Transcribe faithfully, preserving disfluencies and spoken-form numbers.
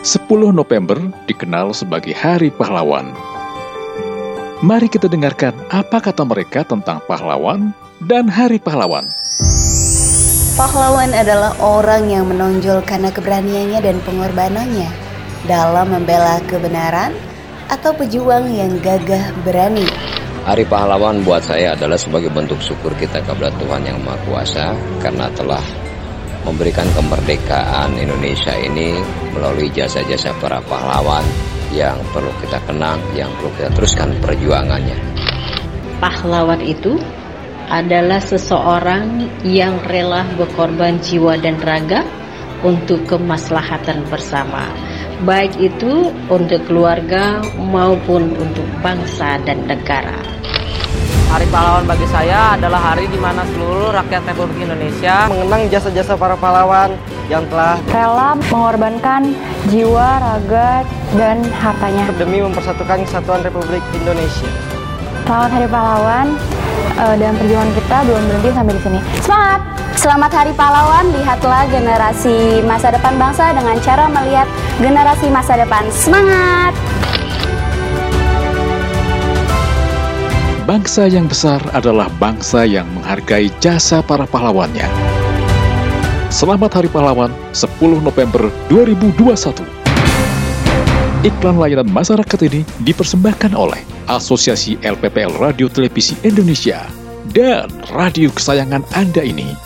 sepuluh November dikenal sebagai Hari Pahlawan. Mari kita dengarkan apa kata mereka tentang pahlawan dan Hari Pahlawan. Pahlawan adalah orang yang menonjol karena keberaniannya dan pengorbanannya dalam membela kebenaran atau pejuang yang gagah berani. Hari Pahlawan buat saya adalah sebagai bentuk syukur kita kepada Tuhan Yang Maha Kuasa karena telah memberikan kemerdekaan Indonesia ini melalui jasa-jasa para pahlawan yang perlu kita kenang, yang perlu kita teruskan perjuangannya. Pahlawan itu adalah seseorang yang rela berkorban jiwa dan raga untuk kemaslahatan bersama, baik itu untuk keluarga maupun untuk bangsa dan negara. Hari Pahlawan bagi saya adalah hari di mana seluruh rakyat Republik Indonesia mengenang jasa-jasa para pahlawan yang telah rela mengorbankan jiwa, raga, dan hartanya demi mempersatukan kesatuan Republik Indonesia. Selamat Hari Pahlawan, uh, dan perjuangan kita belum berhenti sampai di sini. Semangat! Selamat Hari Pahlawan, lihatlah generasi masa depan bangsa dengan cara melihat generasi masa depan. Semangat! Bangsa yang besar adalah bangsa yang menghargai jasa para pahlawannya. Selamat Hari Pahlawan, sepuluh November dua ribu dua puluh satu. Iklan layanan masyarakat ini dipersembahkan oleh Asosiasi L P P L Radio Televisi Indonesia dan radio kesayangan Anda ini.